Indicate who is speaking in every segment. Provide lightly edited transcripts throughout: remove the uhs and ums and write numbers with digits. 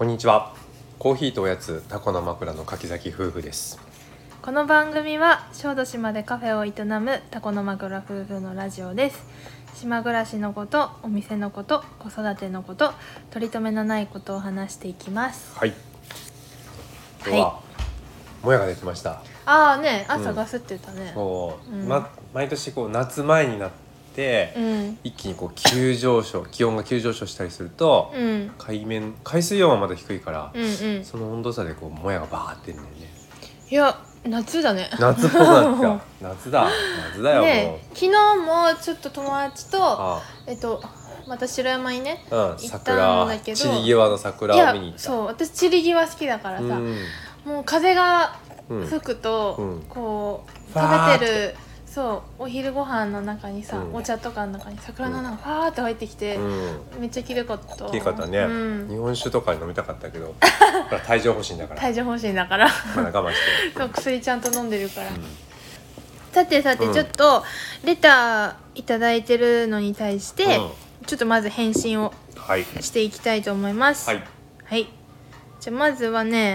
Speaker 1: こんにちは。コーヒーとおやつタコの枕の柿崎夫婦です。
Speaker 2: この番組は小豆島でカフェを営むタコの枕夫婦のラジオです。島暮らしのこと、お店のこと、子育てのこと、取り留めのないことを話していきます。
Speaker 1: はい。今日は、もやが出てました。
Speaker 2: ああね、朝ガスって言ったね。
Speaker 1: そう、毎年こう夏前になって、一気にこう気温が急上昇したりすると、海水温はまだ低いから、その温度差でこうもやがバーって出るんだよね。
Speaker 2: いや、夏だね。
Speaker 1: 夏っぽくなってきた。夏だよ、
Speaker 2: ね、
Speaker 1: もう。
Speaker 2: 昨日もちょっと友達とまた白山にね、行ったんだけど、
Speaker 1: 散り際の桜を見に行った。
Speaker 2: そう、私散り際好きだからさ、もう風が吹くと、こう食べてるお昼ご飯の中にさ、お茶とかの中に桜の花がファーって入ってきて、めっちゃ綺麗かった。
Speaker 1: 綺麗かったね、日本酒とか飲みたかったけど帯状疱疹だからまだ我慢して
Speaker 2: そう、薬ちゃんと飲んでるから、さて、ちょっとレターいただいてるのに対して、ちょっとまず返信をしていきたいと思います。はい、じゃあまずはね、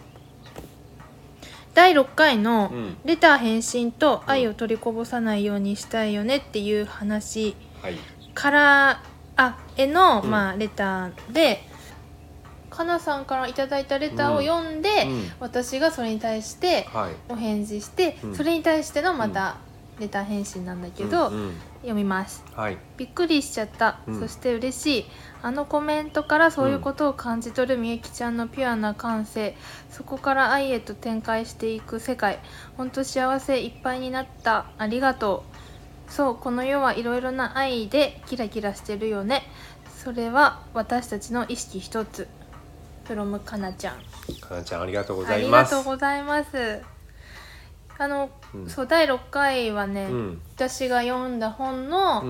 Speaker 2: 第6回のレター返信と愛を取りこぼさないようにしたいよねっていう話からへの、レターで、かなさんからいただいたレターを読んで、私がそれに対してお返事して、それに対してのまたレター返信なんだけど、読みます。びっくりしちゃった、そして嬉しい。あのコメントからそういうことを感じ取るみゆきちゃんのピュアな感性、そこから愛へと展開していく世界、ほんと幸せいっぱいになった。ありがとう。そう、この世はいろいろな愛でキラキラしてるよね。それは私たちの意識一つ。from かなちゃん。
Speaker 1: ありがとうございます。
Speaker 2: ありがとうございます。そう、第6回はね、私が読んだ本の、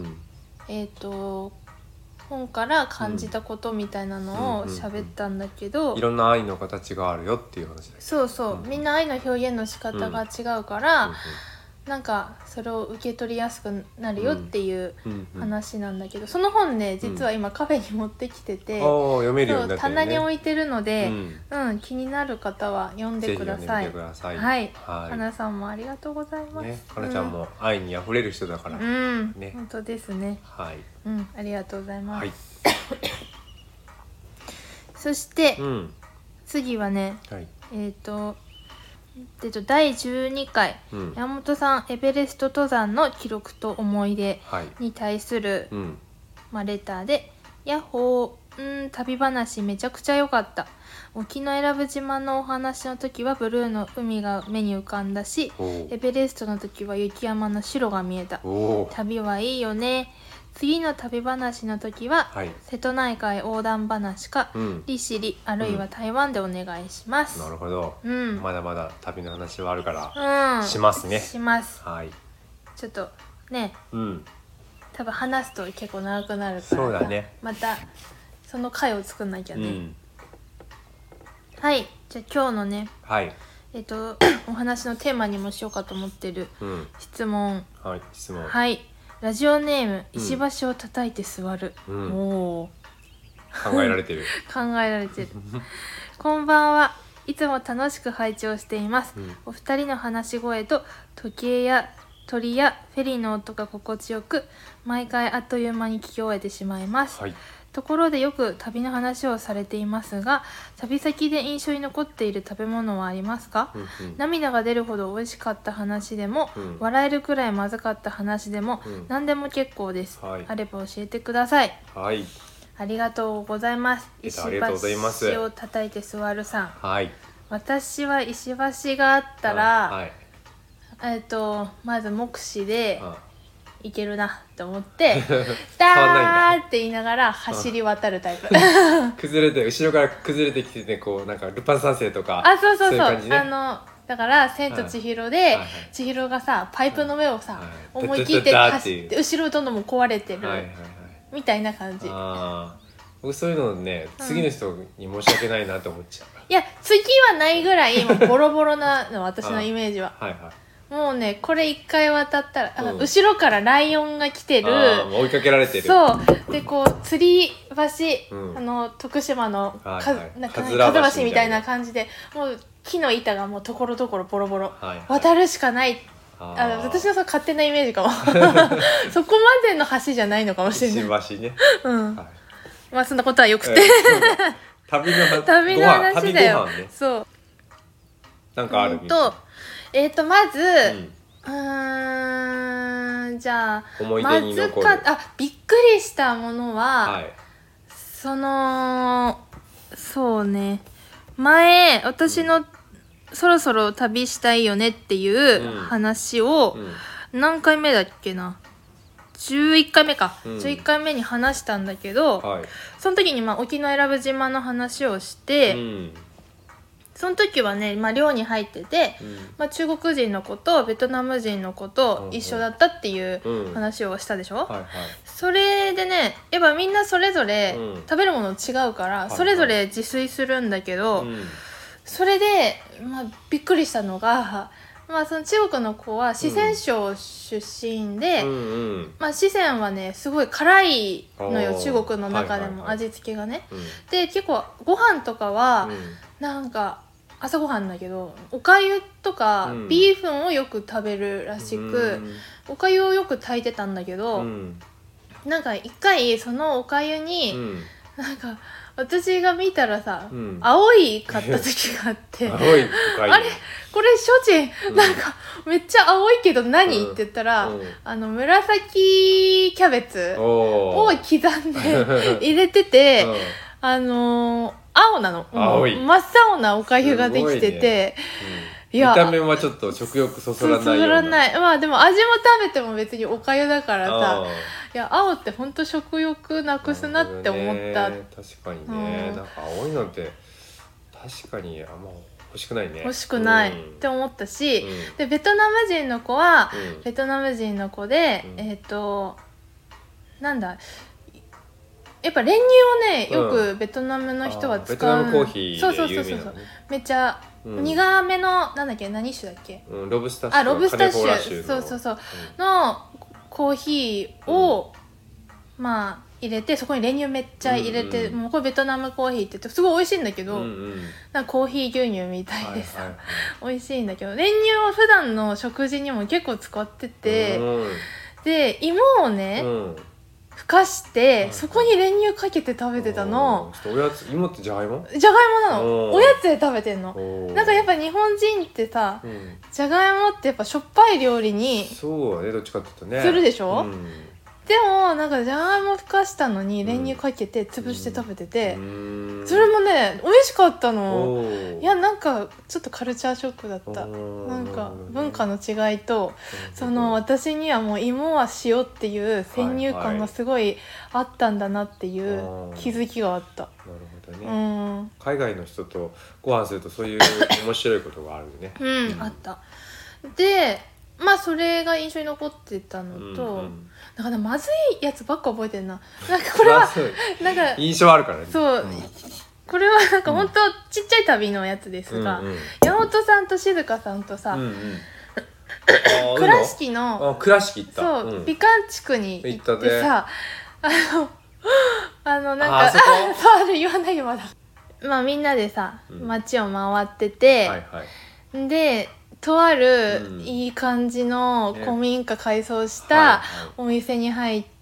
Speaker 2: 本から感じたことみたいなのを喋ったんだけど、
Speaker 1: いろんな愛の形があるよっていう話です。
Speaker 2: そう、みんな愛の表現の仕方が違うから、なんかそれを受け取りやすくなるよっていう話なんだけど、その本ね、実は今カフェに持ってきてて、
Speaker 1: 読めるようになってるね。
Speaker 2: 棚に置いてるので、気になる方は読んでください。はい、かなさんもありがとうございます。
Speaker 1: かなちゃんも愛にあふれる人だから
Speaker 2: 本当ですね。ありがとうございます。そして次はね、第12回、山本さんエベレスト登山の記録と思い出に対する、レターで、ヤッホー、旅話めちゃくちゃ良かった。沖永良部島のお話の時はブルーの海が目に浮かんだし、エベレストの時は雪山の白が見えた。旅はいいよね。次の旅話の時は、瀬戸内海横断話か、利尻あるいは台湾でお願いします。
Speaker 1: なるほど、まだまだ旅の話はあるから、しますね。
Speaker 2: します。ちょっとね、多分話すと結構長くなるから、
Speaker 1: そうだね、
Speaker 2: またその回を作んなきゃね。はい、じゃあ今日のね、お話のテーマにもしようかと思ってる質問。ラジオネーム、石橋を叩いて座る。
Speaker 1: 考えられてる
Speaker 2: こんばんは。いつも楽しく拝聴しています。お二人の話し声と時計や鳥やフェリーの音が心地よく、毎回あっという間に聞き終えてしまいます。ところでよく旅の話をされていますが、旅先で印象に残っている食べ物はありますか？涙が出るほど美味しかった話でも、笑えるくらいまずかった話でも、何でも結構です。あれば教えてください。ありがとうございます。石橋を叩いて座るさん。私は石橋があったら、まず目視でいけるなって思ってダーって言いながら走り渡るタイプ。
Speaker 1: 後ろから崩れてきてて、こうなんかルパン三世とか、
Speaker 2: そういう感じね。だから千と千尋で、千尋がさパイプの上をさ、思い切って走って、後ろどんどん壊れてるみたいな感じ。
Speaker 1: 僕そういうのね、次の人に申し訳ないなと思っちゃう。
Speaker 2: いや、次はないぐらいもうボロボロなの、私のイメージは。 もうねこれ一回渡ったら、後ろからライオンが来てる、
Speaker 1: 追いかけられてる。
Speaker 2: そうでこう吊り橋、徳島のかずら橋みたいな感じで、もう木の板がもうところどころボロボロ、渡るしかない。私のその勝手なイメージかもそこまでの橋じゃないのかもしれない。
Speaker 1: 石橋ね。
Speaker 2: まあそんなことはよくて、
Speaker 1: 旅の話だよ。
Speaker 2: そう。
Speaker 1: なんかある。
Speaker 2: まず、じゃあ
Speaker 1: 思い出に残る
Speaker 2: びっくりしたものは、そうね、前私のそろそろ旅したいよねっていう話を、何回目だっけな、11回目か、11回目に話したんだけど、その時に沖永良部島の話をして、その時はね、寮に入ってて、中国人の子とベトナム人の子と一緒だったっていう話をしたでしょ。それでね、やっぱみんなそれぞれ食べるもの違うから、それぞれ自炊するんだけど、それで、びっくりしたのが、その中国の子は四川省出身で、四川はねすごい辛いのよ、中国の中でも味付けがね。で結構ご飯とかは、なんか朝ごはんだけどおかゆとかビーフンをよく食べるらしく、おかゆをよく炊いてたんだけど、なんか一回そのおかゆに、なんか私が見たらさ、青い買った時があってあれこれ所持なんかめっちゃ青いけど何、って言ったら、紫キャベツを刻んで入れてて、青なの、真っ青なおかゆができてて、
Speaker 1: 見た目はちょっと食欲そそらないような。そそら
Speaker 2: ない。でも味も食べても別におかゆだからさ、いや青ってほんと食欲なくすなって思った。
Speaker 1: 確かにね、なんか青いのって確かにあんま欲しくないね。
Speaker 2: 欲しくない、って思ったし、でベトナム人の子は、ベトナム人の子で、なんだ、やっぱ練乳をねよくベトナムの人は使う。
Speaker 1: ベトナムコーヒーで有名なのね。
Speaker 2: めっちゃ苦めのなんだっけ、何種だっけ、
Speaker 1: ロブスタッシュ。
Speaker 2: ロブスタッシュのコーヒーを入れて、そこに練乳めっちゃ入れて、もうこれベトナムコーヒーって言ってすごい美味しいんだけど、なんかコーヒー牛乳みたいでさ、美味しいんだけど、練乳を普段の食事にも結構使ってて、で芋をね、ふかして、そこに練乳かけて食べてたの。
Speaker 1: おやつ、芋ってじゃがいも？
Speaker 2: じゃがいもなの。おやつで食べてんの。なんかやっぱ日本人ってさ、じゃがいもってやっぱしょっぱい料理に
Speaker 1: そうね、どっちかって言うとね
Speaker 2: するでしょ。でもなんかじゃがいもふかしたのに練乳かけて潰して食べてて、それもね美味しかったの。いやなんかちょっとカルチャーショックだった。なんか文化の違いと、その私にはもう芋は塩っていう先入観がすごいあったんだなっていう気づきがあった。
Speaker 1: なるほどね。海外の人とご飯するとそういう面白いことがあるね。
Speaker 2: あった。でそれが印象に残ってたのと、だからまずいやつばっか覚えてんな。なんかこれはなんか
Speaker 1: 印象あるからね。
Speaker 2: そう、これはなんか本当ちっちゃい旅のやつですが、山本さんと静香さんとさ、倉敷の
Speaker 1: 倉敷行った。
Speaker 2: そう、美観地区に行ってさ、なんかそう言わないよまだ。みんなでさ街を回ってて、でとあるいい感じの古民家改装したお店に入って、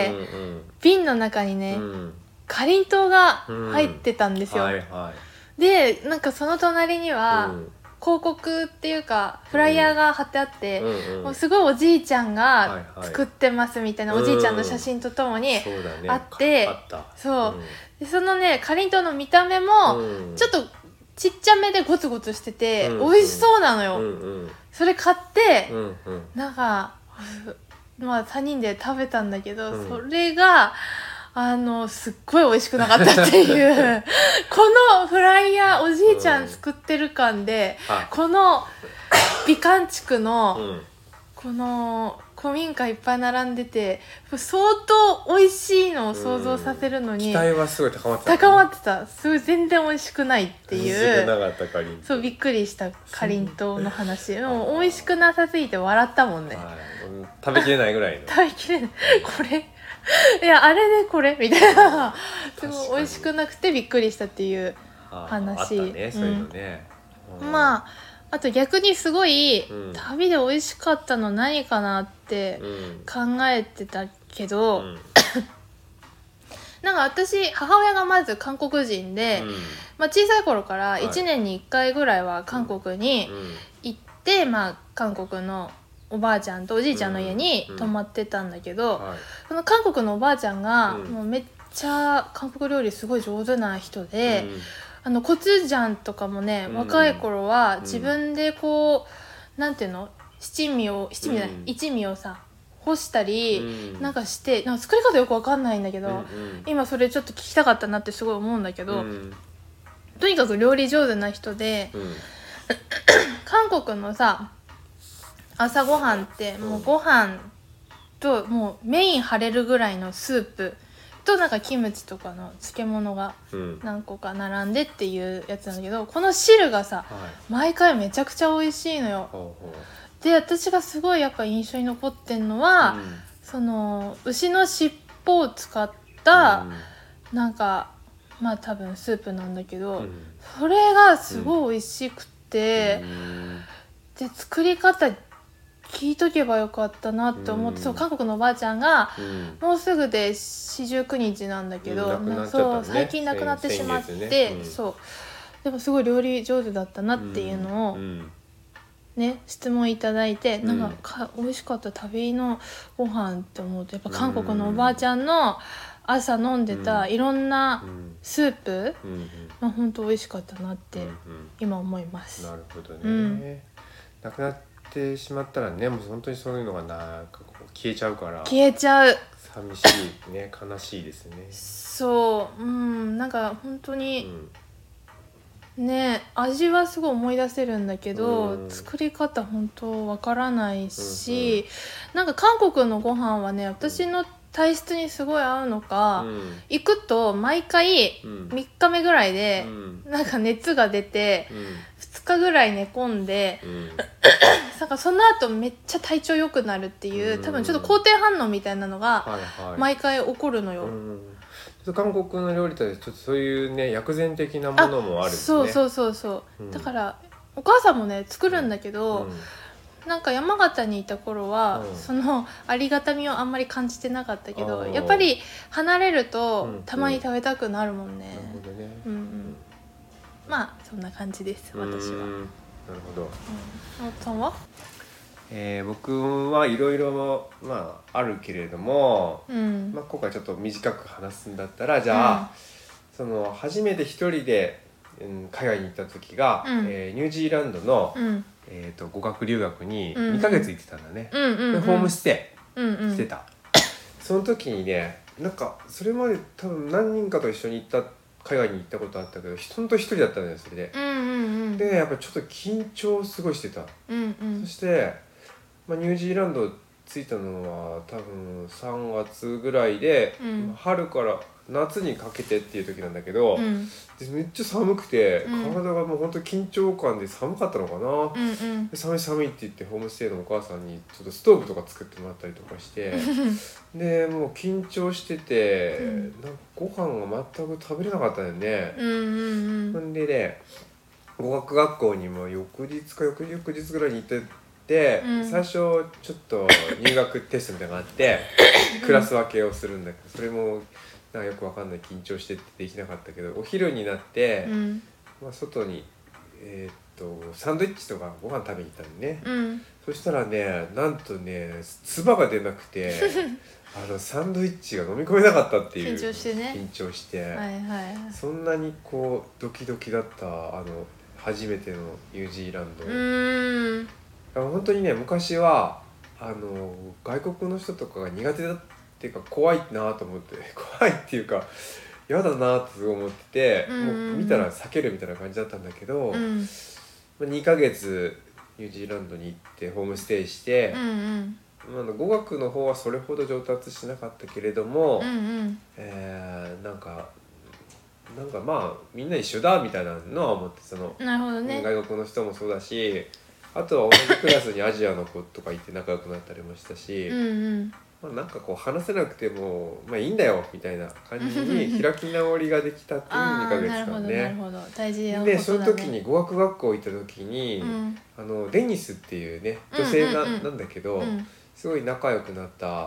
Speaker 2: 瓶の中にね、かりんとうが入ってたんですよ。でなんかその隣には広告っていうかフライヤーが貼ってあって、もうすごいおじいちゃんが作ってますみたいな、おじいちゃんの写真とともにあって、そうでそのねかりんとうの見た目もちょっとちっちゃめでゴツゴツしてて美味しそうなのよ。それ買って、なんか3人で食べたんだけど、それがすっごい美味しくなかったっていうこのフライヤーおじいちゃん作ってる感で、この美観地区のこの古民家いっぱい並んでて相当美味しいのを想像させるのに、
Speaker 1: 期待はすごい高まってた、
Speaker 2: 高まってた。すごい全然美味しくないっていう、
Speaker 1: 美味しくなかったかりんとう、
Speaker 2: そうびっくりしたかりんとうの話もう美味しくなさすぎて笑ったもんね、
Speaker 1: 食べきれないぐらいの
Speaker 2: 食べきれないこれいやあれでこれみたいなすごい美味しくなくてびっくりしたっていう話。
Speaker 1: あったね、そういうのね、
Speaker 2: まああと逆にすごい、旅で美味しかったの何かなって考えてたけど、なんか私母親がまず韓国人で、まあ、小さい頃から1年に1回ぐらいは韓国に行って、まあ、韓国のおばあちゃんとおじいちゃんの家に泊まってたんだけど、その韓国のおばあちゃんがもうめっちゃ韓国料理すごい上手な人で、コチュジャンとかもね、若い頃は自分でこうなんていうの一味をさ干したりなんかして、なんか作り方よくわかんないんだけど、今それちょっと聞きたかったなってすごい思うんだけど、とにかく料理上手な人で、韓国のさ朝ごはんってもうご飯ともうメイン張れるぐらいのスープとなんかキムチとかの漬物が何個か並んでっていうやつなんだけど、この汁がさ、毎回めちゃくちゃ美味しいのよ。で私がすごいやっぱ印象に残ってんのは、その牛の尻尾を使ったなんかまあ多分スープなんだけど、それがすごい美味しくて、で作り方聞いとけばよかったなって思って、そう韓国のおばあちゃんが、もうすぐで49日なんだけど、そう最近亡くなってしまって、そうでもすごい料理上手だったなっていうのを、ね、質問いただいて、なんか美味しかった旅のご飯って思うとやっぱ韓国のおばあちゃんの朝飲んでたいろんなスープ、まあ本当美味しかったなって今思います。
Speaker 1: なるほどね、亡くなってしまったらね、もう本当にそういうのがなんかこう消えちゃうから、
Speaker 2: 消えちゃう、
Speaker 1: 寂しいね、悲しいですね。
Speaker 2: そう、なんか本当に、ね、味はすごい思い出せるんだけど、作り方本当わからないし、なんか韓国のご飯はね、私の体質にすごい合うのか、行くと毎回3日目ぐらいでなんか熱が出て、2日ぐらい寝込んで、なんかその後めっちゃ体調良くなるっていう、多分ちょっと肯定反応みたいなのが毎回起こるのよ。
Speaker 1: 韓国の料理ってちょっとそういうね薬膳的なものもあるんですね。
Speaker 2: そう、だからお母さんもね作るんだけど、なんか山形にいた頃は、そのありがたみをあんまり感じてなかったけど、やっぱり離れるとたまに食べたくなるもんね。まあそんな感じです私は。なる
Speaker 1: ほど。
Speaker 2: 青木さんは？
Speaker 1: 僕はいろいろまああるけれども、まあ、今回ちょっと短く話すんだったら、じゃあ、その初めて一人で、海外に行った時が、ニュージーランドの、語学留学に2ヶ月行ってたんだね。でホームステイしてた。その時にね、なんかそれまで多分何人かと一緒に海外に行ったことあったけど、本当一人だったんだよそれで。でやっぱりちょっと緊張すごいしてた。そしてニュージーランド着いたのは多分3月ぐらいで、春から夏にかけてっていう時なんだけど、でめっちゃ寒くて、体がもう本当緊張感で寒かったのかな、で寒いって言ってホームステイのお母さんにちょっとストーブとか作ってもらったりとかしてでもう緊張してて、なんかご飯が全く食べれなかったんだよね。ほんでね、語学学校にも翌日ぐらいに行ってで、最初ちょっと入学テストみたいなのがあってクラス分けをするんだけど、それもなんかよくわかんない緊張してってできなかったけど、お昼になって、外にサンドイッチとかご飯食べに行ったのね。そしたらね、なんとね唾が出なくてサンドイッチが飲み込めなかったっていう。
Speaker 2: 緊張してね。
Speaker 1: 緊張して、そんなにこうドキドキだった初めてのニュージーランド。本当にね、昔は外国の人とかが苦手だっていうか怖いなと思って、怖いっていうか嫌だなってすごい思ってて、もう見たら避けるみたいな感じだったんだけど、2ヶ月ニュージーランドに行ってホームステイして、 語学の方はそれほど上達しなかったけれども、なんかまあみんな一緒だみたいなのは思って、
Speaker 2: なるほどね、
Speaker 1: 外国の人もそうだし、あとは同じクラスにアジアの子とかいて仲良くなったりもしたし、なんかこう話せなくてもまあいいんだよみたいな感じに開き直りができたっていう2ヶ月間ね。
Speaker 2: なるほど大事なことだね。
Speaker 1: でその時に語学学校行った時に、デニスっていうね女性なんだけど、すごい仲良くなった、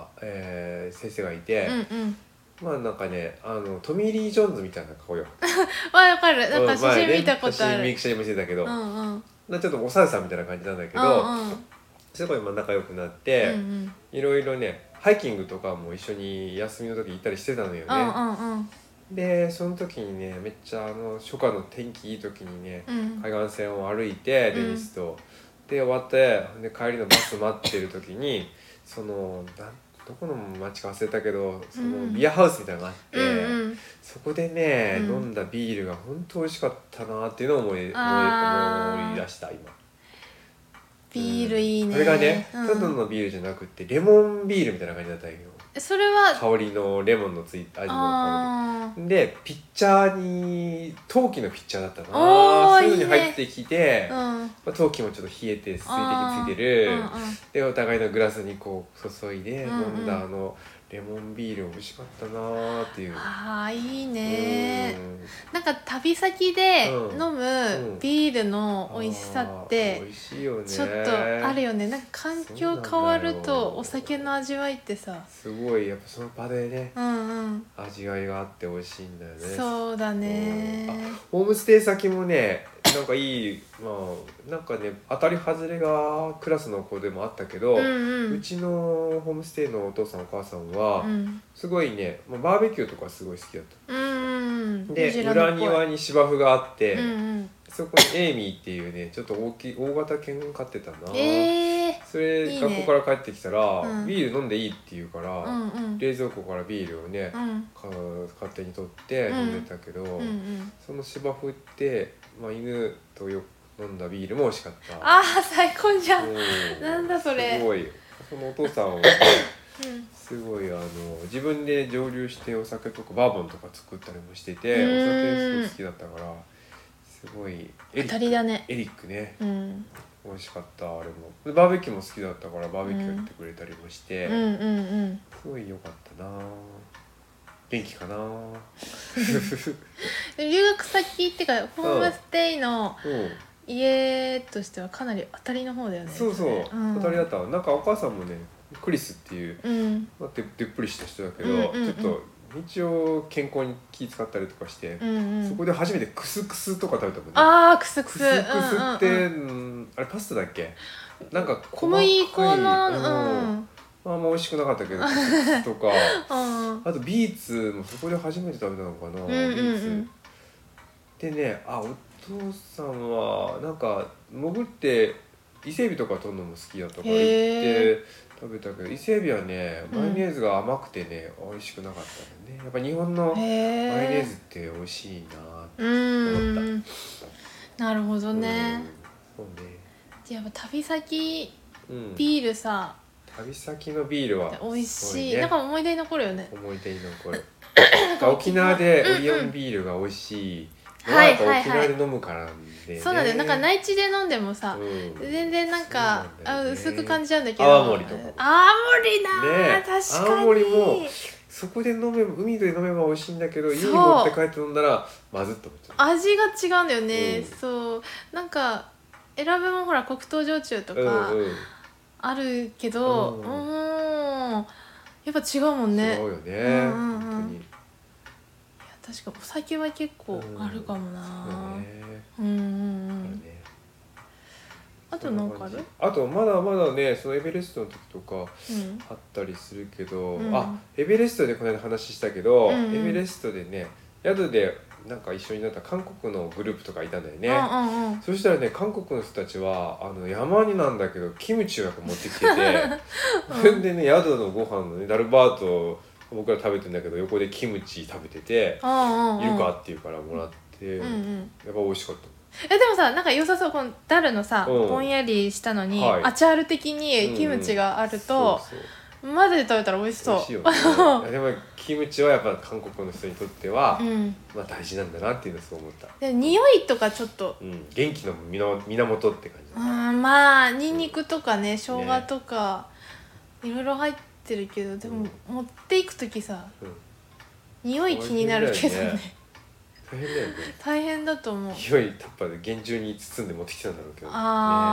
Speaker 1: 先生がいて、まあなんかねトミー・リー・ジョーンズみたいな顔よ。
Speaker 2: わかる、なんか写真見たことある。
Speaker 1: 写真もしてたけど、ちょっとおさるさんみたいな感じなんだけど、すごい仲良くなって、いろいろねハイキングとかも一緒に休みの時行ったりしてたのよね。でその時にねめっちゃ初夏の天気いい時にね、海岸線を歩いてデニスと、で終わってで帰りのバス待ってる時にどこの町か忘れたけどビアハウスみたいなのがあって、そこでね、飲んだビールが本当美味しかったなっていうのを思い出した今。
Speaker 2: ビールいいね。
Speaker 1: これがね、ただのビールじゃなくてレモンビールみたいな感じだったんよ。
Speaker 2: それは
Speaker 1: 香りのレモンのついた味の香りで、ピッチャーに陶器のピッチャーだったな。そういうのに入ってきて、陶器もちょっと冷えて水滴ついてる、でお互いのグラスにこう注いで飲んだレモンビール美味しかったなーっていう。
Speaker 2: いいね。なんか旅先で飲むビールの美味しさって
Speaker 1: 美味しいよね。
Speaker 2: ちょっとあるよね。なんか環境変わるとお酒の味わいってさ、
Speaker 1: すごいやっぱその場でね、味わいがあって美味しいんだよね。
Speaker 2: そうだね。
Speaker 1: ホームステイ先もねなんかいい、なんかね当たり外れがクラスの子でもあったけど、うちのホームステイのお父さんお母さんは、すごいねバーベキューとかすごい好きだった。で裏庭に芝生があって、そこにエイミーっていうねちょっと大型犬飼ってたな。それいい、ね、学校から帰ってきたら、ビール飲んでいいって言うから、冷蔵庫からビールをね、勝手に取って飲んでたけど、その芝生って、犬とよく飲んだビールも美味しかった。
Speaker 2: 最高じゃん。なんだそれ。
Speaker 1: すごいそのお父さんは、すごい自分で蒸留してお酒とかバーボンとか作ったりもしてて、お酒すごい好きだったからすごい
Speaker 2: 当たりだね。
Speaker 1: エリックね、美味しかった。あれもバーベキューも好きだったからバーベキューやってくれたりもして、すごい良かったな。元気かな。
Speaker 2: 留学先ってかホームステイの家としてはかなり当たりの方だよね。
Speaker 1: そう、当たりだった。なんかお母さんもねクリスっていう、でっぷりした人だけど、ちょっと一応健康に気使ったりとかして、そこで初めてクスクスとか食べたもんね。クスクスってあれパスタだっけ？なんか
Speaker 2: 小麦粉の
Speaker 1: あんま美味しくなかったけどクスクスとかあとビーツもそこで初めて食べたのかな。ビーツでね、お父さんはなんか潜って伊勢海老とか取るのも好きだったから行って食べたけど、伊勢海老はねマヨネーズが甘くてね美味しくなかったね。やっぱ日本のマヨネーズって美味しいなって思った。
Speaker 2: なるほどね。
Speaker 1: そうね。
Speaker 2: やっぱ旅先ビールさ、
Speaker 1: 旅先のビールは
Speaker 2: 美味しい。なんか思い出に残るよね。
Speaker 1: 思い出に残る。沖縄でオリオンビールが美味しいのはやっぱ沖縄で飲むからなんでね。
Speaker 2: そうなんだよ。なんか内地で飲んでもさ、全然なんか薄く感じちゃうんだけど。
Speaker 1: 青森とかも。
Speaker 2: 青森な、確かに。
Speaker 1: 青森もそこで飲めば海で飲めば美味しいんだけど、家に持って帰って飲んだらまずっと思っちゃう。
Speaker 2: 味が違うんだよね。そうなんか選ぶもほら黒糖焼酎とかあるけど、やっぱ違うもんね。
Speaker 1: 違うよね。本当に。
Speaker 2: 確かお酒は結構あるかもな。あとなんかある？
Speaker 1: あとまだまだね、そのエベレストの時とかあったりするけど、エベレストでこの間話したけど、エベレストでね宿でなんか一緒になった韓国のグループとかいたんだよね。そしたらね韓国の人たちは山になんだけどキムチをやっぱ持ってきてて、それでね宿のご飯のねダルバート僕ら食べてんだけど横でキムチ食べてて、いるかって言うからもらって、やっぱ美味しかった。
Speaker 2: でもさ、なんか良さそう、このダルのさ、ぼんやりしたのに、アチャール的にキムチがあると、混ぜて食べたら美味しそう。美味しいよね。
Speaker 1: でもキムチはやっぱ韓国の人にとっては、まあ大事なんだなっていうのをそう思った。
Speaker 2: で匂いとかちょっと、
Speaker 1: 元気の源って感じ。
Speaker 2: まあニンニクとかね、生姜とかいろいろ入ってるけど、でも持っていく時さ、匂い気になるけどね。
Speaker 1: 大変だよね。
Speaker 2: 大変だと思う。
Speaker 1: 匂いタッパーで厳重に包んで持ってきたんだろうけどね。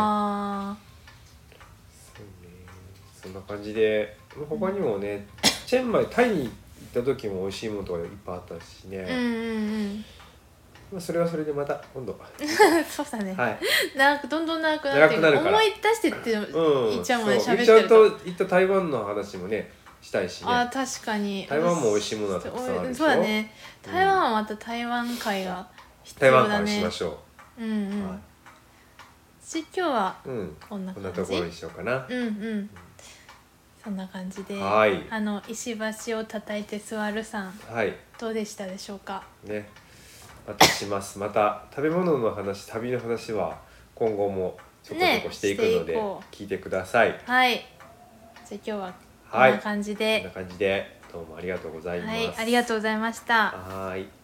Speaker 1: そうね。そんな感じで、他にもね、チェンマイ、タイに行った時も美味しいものとかいっぱいあったしね。それはそれでまた今度。
Speaker 2: そうだね。
Speaker 1: はい。
Speaker 2: どんどん長くなってる。思い出してって言っちゃうもんね。喋ってると。
Speaker 1: ちゃんと行った台湾の話もねしたいしね。
Speaker 2: 確かに。
Speaker 1: 台湾も美味しいものはたくさんあるでしょ。
Speaker 2: そうだね。台湾はまた台湾会が必要だね。
Speaker 1: 台湾会しましょう。
Speaker 2: 今日はこんな感じ。
Speaker 1: こんなところにしようかな。
Speaker 2: そんな感じで、石橋を叩いて座るさん、どうでしたでしょうか。
Speaker 1: ね。またします。また食べ物の話、旅の話は今後もちょこちょこしていくので聞いてください。
Speaker 2: はい。じゃあ今日はこんな感じで。
Speaker 1: こんな感じでどうもありがとうございます。
Speaker 2: ありがとうございました。
Speaker 1: はい。